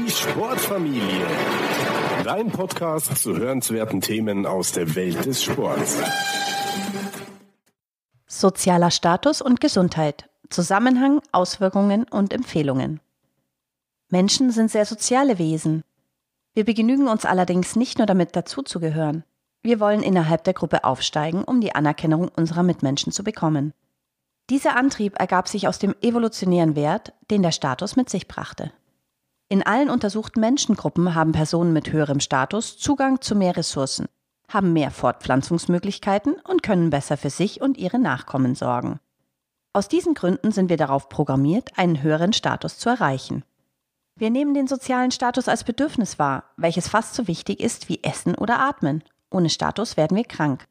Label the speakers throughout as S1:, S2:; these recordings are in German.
S1: Die Sportfamilie. Dein Podcast zu hörenswerten Themen aus der Welt des Sports.
S2: Sozialer Status und Gesundheit. Zusammenhang, Auswirkungen und Empfehlungen. Menschen sind sehr soziale Wesen. Wir begnügen uns allerdings nicht nur damit, dazuzugehören. Wir wollen innerhalb der Gruppe aufsteigen, um die Anerkennung unserer Mitmenschen zu bekommen. Dieser Antrieb ergab sich aus dem evolutionären Wert, den der Status mit sich brachte. In allen untersuchten Menschengruppen haben Personen mit höherem Status Zugang zu mehr Ressourcen, haben mehr Fortpflanzungsmöglichkeiten und können besser für sich und ihre Nachkommen sorgen. Aus diesen Gründen sind wir darauf programmiert, einen höheren Status zu erreichen. Wir nehmen den sozialen Status als Bedürfnis wahr, welches fast so wichtig ist wie Essen oder Atmen. Ohne Status werden wir krank.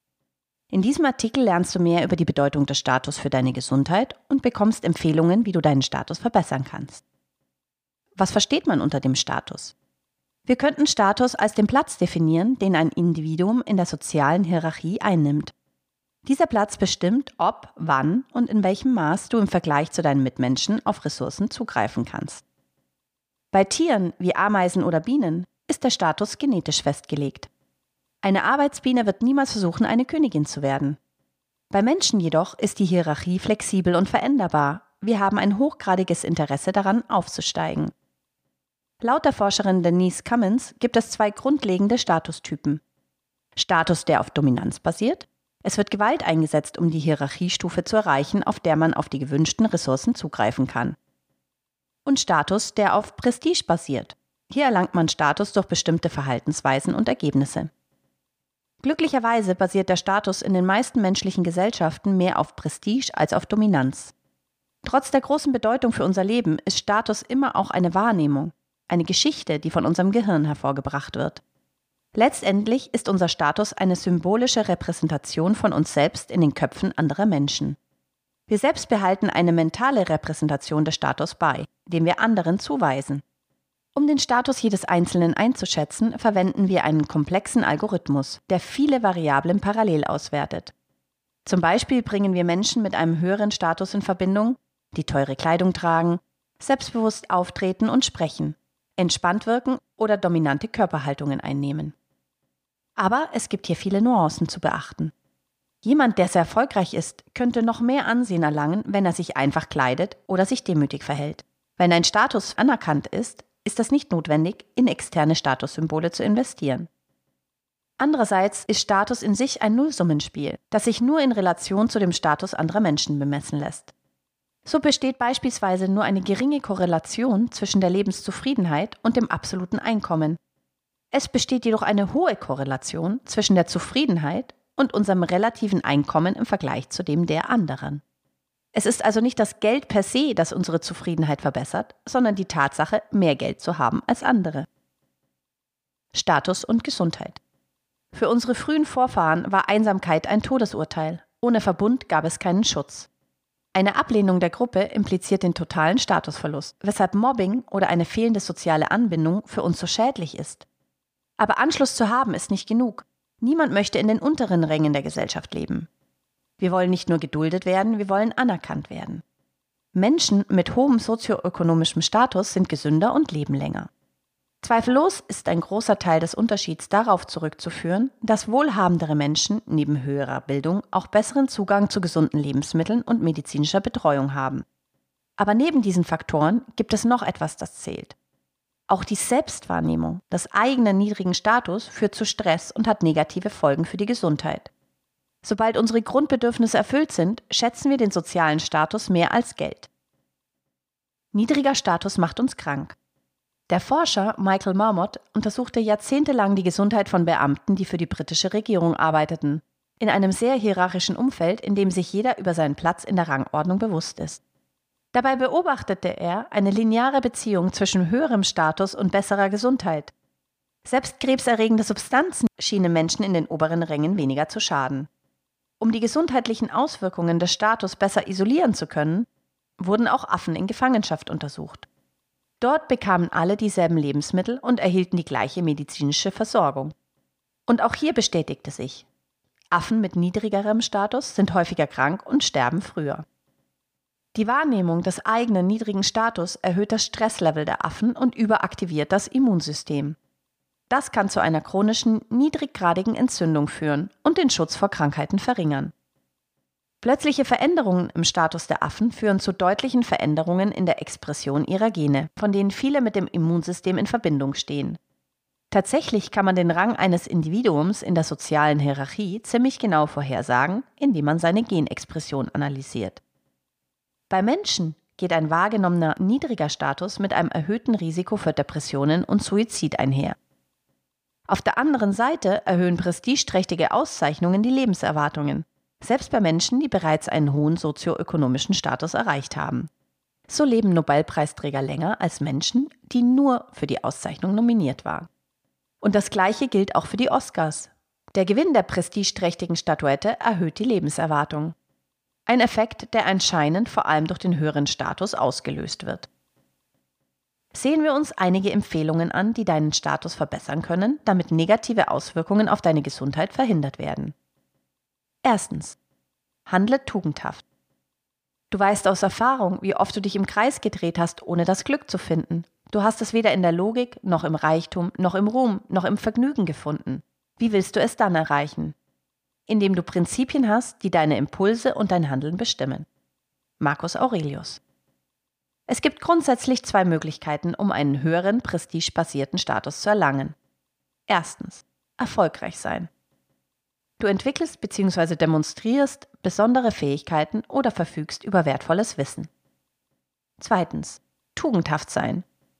S2: In diesem Artikel lernst du mehr über die Bedeutung des Status für deine Gesundheit und bekommst Empfehlungen, wie du deinen Status verbessern kannst. Was versteht man unter dem Status? Wir könnten Status als den Platz definieren, den ein Individuum in der sozialen Hierarchie einnimmt. Dieser Platz bestimmt, ob, wann und in welchem Maß du im Vergleich zu deinen Mitmenschen auf Ressourcen zugreifen kannst. Bei Tieren wie Ameisen oder Bienen ist der Status genetisch festgelegt. Eine Arbeitsbiene wird niemals versuchen, eine Königin zu werden. Bei Menschen jedoch ist die Hierarchie flexibel und veränderbar. Wir haben ein hochgradiges Interesse daran, aufzusteigen. Laut der Forscherin Denise Cummins gibt es 2 grundlegende Statustypen. Status, der auf Dominanz basiert. Es wird Gewalt eingesetzt, um die Hierarchiestufe zu erreichen, auf der man auf die gewünschten Ressourcen zugreifen kann. Und Status, der auf Prestige basiert. Hier erlangt man Status durch bestimmte Verhaltensweisen und Ergebnisse. Glücklicherweise basiert der Status in den meisten menschlichen Gesellschaften mehr auf Prestige als auf Dominanz. Trotz der großen Bedeutung für unser Leben ist Status immer auch eine Wahrnehmung, eine Geschichte, die von unserem Gehirn hervorgebracht wird. Letztendlich ist unser Status eine symbolische Repräsentation von uns selbst in den Köpfen anderer Menschen. Wir selbst behalten eine mentale Repräsentation des Status bei, den wir anderen zuweisen. Um den Status jedes Einzelnen einzuschätzen, verwenden wir einen komplexen Algorithmus, der viele Variablen parallel auswertet. Zum Beispiel bringen wir Menschen mit einem höheren Status in Verbindung, die teure Kleidung tragen, selbstbewusst auftreten und sprechen, entspannt wirken oder dominante Körperhaltungen einnehmen. Aber es gibt hier viele Nuancen zu beachten. Jemand, der sehr erfolgreich ist, könnte noch mehr Ansehen erlangen, wenn er sich einfach kleidet oder sich demütig verhält. Wenn ein Status anerkannt ist es nicht notwendig, in externe Statussymbole zu investieren. Andererseits ist Status in sich ein Nullsummenspiel, das sich nur in Relation zu dem Status anderer Menschen bemessen lässt. So besteht beispielsweise nur eine geringe Korrelation zwischen der Lebenszufriedenheit und dem absoluten Einkommen. Es besteht jedoch eine hohe Korrelation zwischen der Zufriedenheit und unserem relativen Einkommen im Vergleich zu dem der anderen. Es ist also nicht das Geld per se, das unsere Zufriedenheit verbessert, sondern die Tatsache, mehr Geld zu haben als andere. Status und Gesundheit. Für unsere frühen Vorfahren war Einsamkeit ein Todesurteil. Ohne Verbund gab es keinen Schutz. Eine Ablehnung der Gruppe impliziert den totalen Statusverlust, weshalb Mobbing oder eine fehlende soziale Anbindung für uns so schädlich ist. Aber Anschluss zu haben ist nicht genug. Niemand möchte in den unteren Rängen der Gesellschaft leben. Wir wollen nicht nur geduldet werden, wir wollen anerkannt werden. Menschen mit hohem sozioökonomischem Status sind gesünder und leben länger. Zweifellos ist ein großer Teil des Unterschieds darauf zurückzuführen, dass wohlhabendere Menschen neben höherer Bildung auch besseren Zugang zu gesunden Lebensmitteln und medizinischer Betreuung haben. Aber neben diesen Faktoren gibt es noch etwas, das zählt. Auch die Selbstwahrnehmung des eigenen niedrigen Status führt zu Stress und hat negative Folgen für die Gesundheit. Sobald unsere Grundbedürfnisse erfüllt sind, schätzen wir den sozialen Status mehr als Geld. Niedriger Status macht uns krank. Der Forscher Michael Marmot untersuchte jahrzehntelang die Gesundheit von Beamten, die für die britische Regierung arbeiteten, in einem sehr hierarchischen Umfeld, in dem sich jeder über seinen Platz in der Rangordnung bewusst ist. Dabei beobachtete er eine lineare Beziehung zwischen höherem Status und besserer Gesundheit. Selbst krebserregende Substanzen schienen Menschen in den oberen Rängen weniger zu schaden. Um die gesundheitlichen Auswirkungen des Status besser isolieren zu können, wurden auch Affen in Gefangenschaft untersucht. Dort bekamen alle dieselben Lebensmittel und erhielten die gleiche medizinische Versorgung. Und auch hier bestätigte sich: Affen mit niedrigerem Status sind häufiger krank und sterben früher. Die Wahrnehmung des eigenen niedrigen Status erhöht das Stresslevel der Affen und überaktiviert das Immunsystem. Das kann zu einer chronischen, niedriggradigen Entzündung führen und den Schutz vor Krankheiten verringern. Plötzliche Veränderungen im Status der Affen führen zu deutlichen Veränderungen in der Expression ihrer Gene, von denen viele mit dem Immunsystem in Verbindung stehen. Tatsächlich kann man den Rang eines Individuums in der sozialen Hierarchie ziemlich genau vorhersagen, indem man seine Genexpression analysiert. Bei Menschen geht ein wahrgenommener niedriger Status mit einem erhöhten Risiko für Depressionen und Suizid einher. Auf der anderen Seite erhöhen prestigeträchtige Auszeichnungen die Lebenserwartungen, selbst bei Menschen, die bereits einen hohen sozioökonomischen Status erreicht haben. So leben Nobelpreisträger länger als Menschen, die nur für die Auszeichnung nominiert waren. Und das Gleiche gilt auch für die Oscars. Der Gewinn der prestigeträchtigen Statuette erhöht die Lebenserwartung. Ein Effekt, der anscheinend vor allem durch den höheren Status ausgelöst wird. Sehen wir uns einige Empfehlungen an, die deinen Status verbessern können, damit negative Auswirkungen auf deine Gesundheit verhindert werden. Erstens. Handle tugendhaft. Du weißt aus Erfahrung, wie oft du dich im Kreis gedreht hast, ohne das Glück zu finden. Du hast es weder in der Logik, noch im Reichtum, noch im Ruhm, noch im Vergnügen gefunden. Wie willst du es dann erreichen? Indem du Prinzipien hast, die deine Impulse und dein Handeln bestimmen. Marcus Aurelius. Es gibt grundsätzlich zwei Möglichkeiten, um einen höheren, prestigebasierten Status zu erlangen. Erstens. Erfolgreich sein. Du entwickelst bzw. demonstrierst besondere Fähigkeiten oder verfügst über wertvolles Wissen. Zweitens. Tugendhaft sein.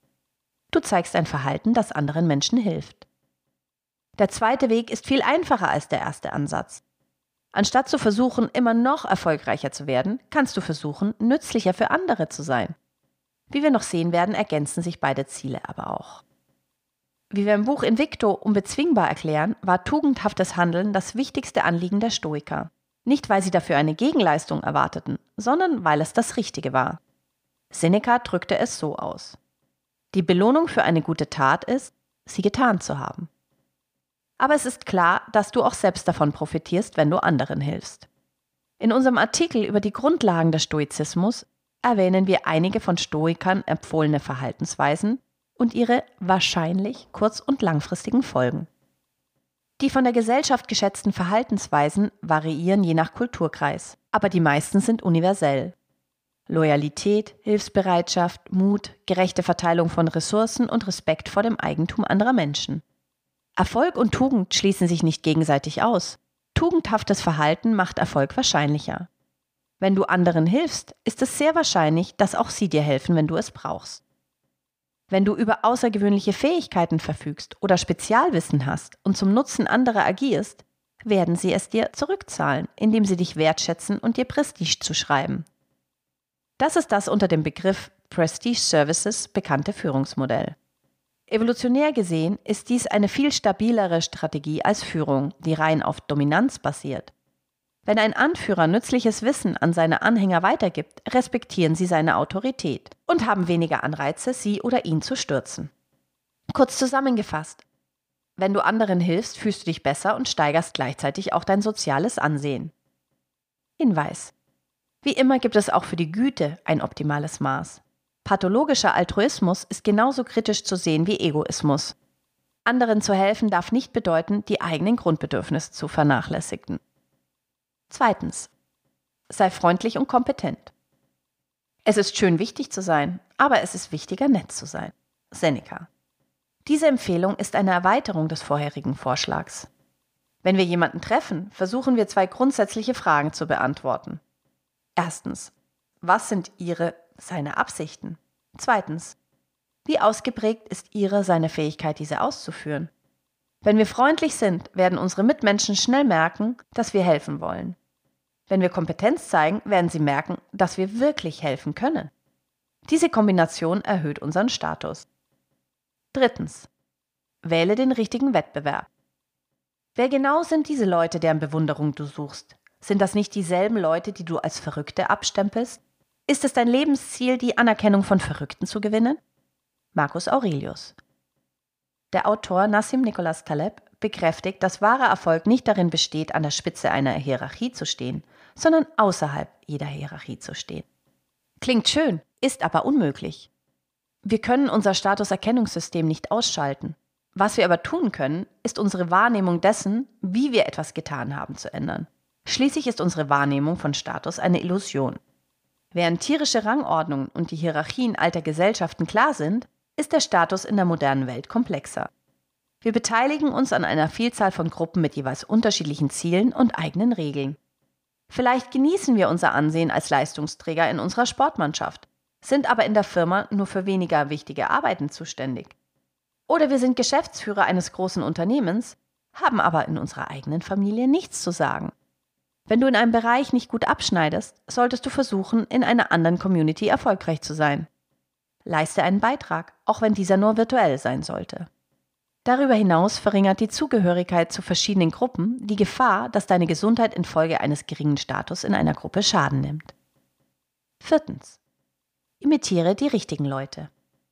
S2: Du zeigst ein Verhalten, das anderen Menschen hilft. Der zweite Weg ist viel einfacher als der erste Ansatz. Anstatt zu versuchen, immer noch erfolgreicher zu werden, kannst du versuchen, nützlicher für andere zu sein. Wie wir noch sehen werden, ergänzen sich beide Ziele aber auch. Wie wir im Buch Invicto unbezwingbar erklären, war tugendhaftes Handeln das wichtigste Anliegen der Stoiker. Nicht, weil sie dafür eine Gegenleistung erwarteten, sondern weil es das Richtige war. Seneca drückte es so aus: Die Belohnung für eine gute Tat ist, sie getan zu haben. Aber es ist klar, dass du auch selbst davon profitierst, wenn du anderen hilfst. In unserem Artikel über die Grundlagen des Stoizismus erwähnen wir einige von Stoikern empfohlene Verhaltensweisen und ihre wahrscheinlich kurz- und langfristigen Folgen. Die von der Gesellschaft geschätzten Verhaltensweisen variieren je nach Kulturkreis, aber die meisten sind universell. Loyalität, Hilfsbereitschaft, Mut, gerechte Verteilung von Ressourcen und Respekt vor dem Eigentum anderer Menschen. Erfolg und Tugend schließen sich nicht gegenseitig aus. Tugendhaftes Verhalten macht Erfolg wahrscheinlicher. Wenn du anderen hilfst, ist es sehr wahrscheinlich, dass auch sie dir helfen, wenn du es brauchst. Wenn du über außergewöhnliche Fähigkeiten verfügst oder Spezialwissen hast und zum Nutzen anderer agierst, werden sie es dir zurückzahlen, indem sie dich wertschätzen und dir Prestige zuschreiben. Das ist das unter dem Begriff Prestige Services bekannte Führungsmodell. Evolutionär gesehen ist dies eine viel stabilere Strategie als Führung, die rein auf Dominanz basiert. Wenn ein Anführer nützliches Wissen an seine Anhänger weitergibt, respektieren sie seine Autorität und haben weniger Anreize, sie oder ihn zu stürzen. Kurz zusammengefasst: Wenn du anderen hilfst, fühlst du dich besser und steigerst gleichzeitig auch dein soziales Ansehen. Hinweis: Wie immer gibt es auch für die Güte ein optimales Maß. Pathologischer Altruismus ist genauso kritisch zu sehen wie Egoismus. Anderen zu helfen darf nicht bedeuten, die eigenen Grundbedürfnisse zu vernachlässigen. Zweitens. Sei freundlich und kompetent. Es ist schön, wichtig zu sein, aber es ist wichtiger, nett zu sein. Seneca. Diese Empfehlung ist eine Erweiterung des vorherigen Vorschlags. Wenn wir jemanden treffen, versuchen wir 2 grundsätzliche Fragen zu beantworten. Erstens. Was sind seine Absichten? Zweitens. Wie ausgeprägt ist seine Fähigkeit, diese auszuführen? Wenn wir freundlich sind, werden unsere Mitmenschen schnell merken, dass wir helfen wollen. Wenn wir Kompetenz zeigen, werden sie merken, dass wir wirklich helfen können. Diese Kombination erhöht unseren Status. Drittens. Wähle den richtigen Wettbewerb. Wer genau sind diese Leute, deren Bewunderung du suchst? Sind das nicht dieselben Leute, die du als Verrückte abstempelst? Ist es dein Lebensziel, die Anerkennung von Verrückten zu gewinnen? Marcus Aurelius. Der Autor Nassim Nicholas Taleb bekräftigt, dass wahrer Erfolg nicht darin besteht, an der Spitze einer Hierarchie zu stehen, sondern außerhalb jeder Hierarchie zu stehen. Klingt schön, ist aber unmöglich. Wir können unser Statuserkennungssystem nicht ausschalten. Was wir aber tun können, ist unsere Wahrnehmung dessen, wie wir etwas getan haben, zu ändern. Schließlich ist unsere Wahrnehmung von Status eine Illusion. Während tierische Rangordnungen und die Hierarchien alter Gesellschaften klar sind, ist der Status in der modernen Welt komplexer. Wir beteiligen uns an einer Vielzahl von Gruppen mit jeweils unterschiedlichen Zielen und eigenen Regeln. Vielleicht genießen wir unser Ansehen als Leistungsträger in unserer Sportmannschaft, sind aber in der Firma nur für weniger wichtige Arbeiten zuständig. Oder wir sind Geschäftsführer eines großen Unternehmens, haben aber in unserer eigenen Familie nichts zu sagen. Wenn du in einem Bereich nicht gut abschneidest, solltest du versuchen, in einer anderen Community erfolgreich zu sein. Leiste einen Beitrag, auch wenn dieser nur virtuell sein sollte. Darüber hinaus verringert die Zugehörigkeit zu verschiedenen Gruppen die Gefahr, dass deine Gesundheit infolge eines geringen Status in einer Gruppe Schaden nimmt. 4. Imitiere die richtigen Leute.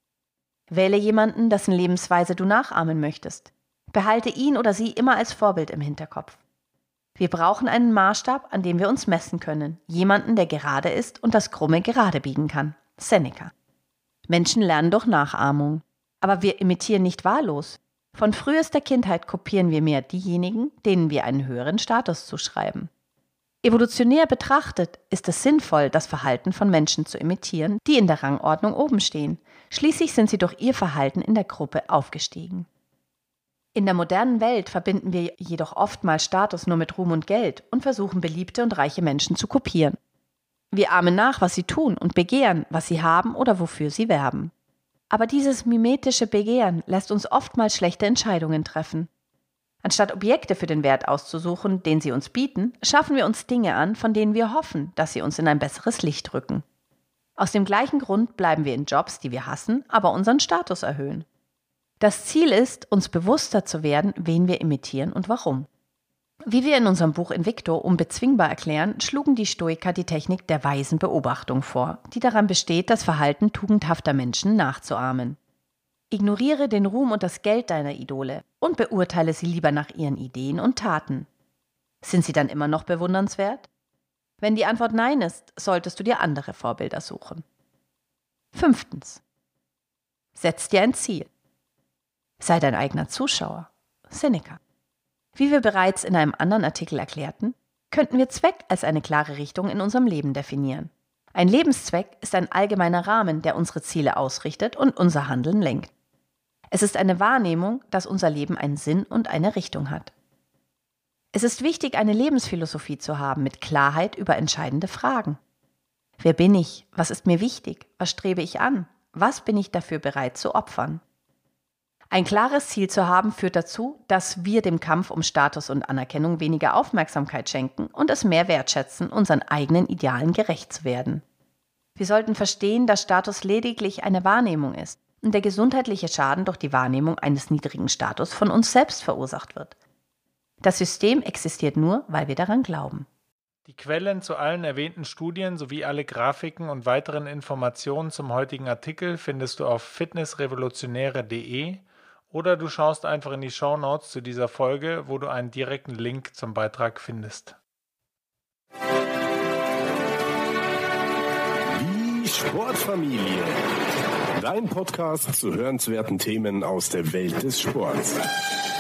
S2: Wähle jemanden, dessen Lebensweise du nachahmen möchtest. Behalte ihn oder sie immer als Vorbild im Hinterkopf. Wir brauchen einen Maßstab, an dem wir uns messen können. Jemanden, der gerade ist und das Krumme gerade biegen kann. Seneca. Menschen lernen durch Nachahmung. Aber wir imitieren nicht wahllos. Von frühester Kindheit kopieren wir mehr diejenigen, denen wir einen höheren Status zuschreiben. Evolutionär betrachtet ist es sinnvoll, das Verhalten von Menschen zu imitieren, die in der Rangordnung oben stehen. Schließlich sind sie durch ihr Verhalten in der Gruppe aufgestiegen. In der modernen Welt verbinden wir jedoch oftmals Status nur mit Ruhm und Geld und versuchen beliebte und reiche Menschen zu kopieren. Wir ahmen nach, was sie tun und begehren, was sie haben oder wofür sie werben. Aber dieses mimetische Begehren lässt uns oftmals schlechte Entscheidungen treffen. Anstatt Objekte für den Wert auszusuchen, den sie uns bieten, schaffen wir uns Dinge an, von denen wir hoffen, dass sie uns in ein besseres Licht rücken. Aus dem gleichen Grund bleiben wir in Jobs, die wir hassen, aber unseren Status erhöhen. Das Ziel ist, uns bewusster zu werden, wen wir imitieren und warum. Wie wir in unserem Buch Invicto unbezwingbar erklären, schlugen die Stoiker die Technik der weisen Beobachtung vor, die daran besteht, das Verhalten tugendhafter Menschen nachzuahmen. Ignoriere den Ruhm und das Geld deiner Idole und beurteile sie lieber nach ihren Ideen und Taten. Sind sie dann immer noch bewundernswert? Wenn die Antwort Nein ist, solltest du dir andere Vorbilder suchen. 5. Setz dir ein Ziel. Sei dein eigener Zuschauer. Seneca. Wie wir bereits in einem anderen Artikel erklärten, könnten wir Zweck als eine klare Richtung in unserem Leben definieren. Ein Lebenszweck ist ein allgemeiner Rahmen, der unsere Ziele ausrichtet und unser Handeln lenkt. Es ist eine Wahrnehmung, dass unser Leben einen Sinn und eine Richtung hat. Es ist wichtig, eine Lebensphilosophie zu haben mit Klarheit über entscheidende Fragen. Wer bin ich? Was ist mir wichtig? Was strebe ich an? Was bin ich dafür bereit zu opfern? Ein klares Ziel zu haben führt dazu, dass wir dem Kampf um Status und Anerkennung weniger Aufmerksamkeit schenken und es mehr wertschätzen, unseren eigenen Idealen gerecht zu werden. Wir sollten verstehen, dass Status lediglich eine Wahrnehmung ist und der gesundheitliche Schaden durch die Wahrnehmung eines niedrigen Status von uns selbst verursacht wird. Das System existiert nur, weil wir daran glauben.
S3: Die Quellen zu allen erwähnten Studien sowie alle Grafiken und weiteren Informationen zum heutigen Artikel findest du auf fitnessrevolutionäre.de oder du schaust einfach in die Shownotes zu dieser Folge, wo du einen direkten Link zum Beitrag findest.
S1: Die Sportfamilie. Dein Podcast zu hörenswerten Themen aus der Welt des Sports.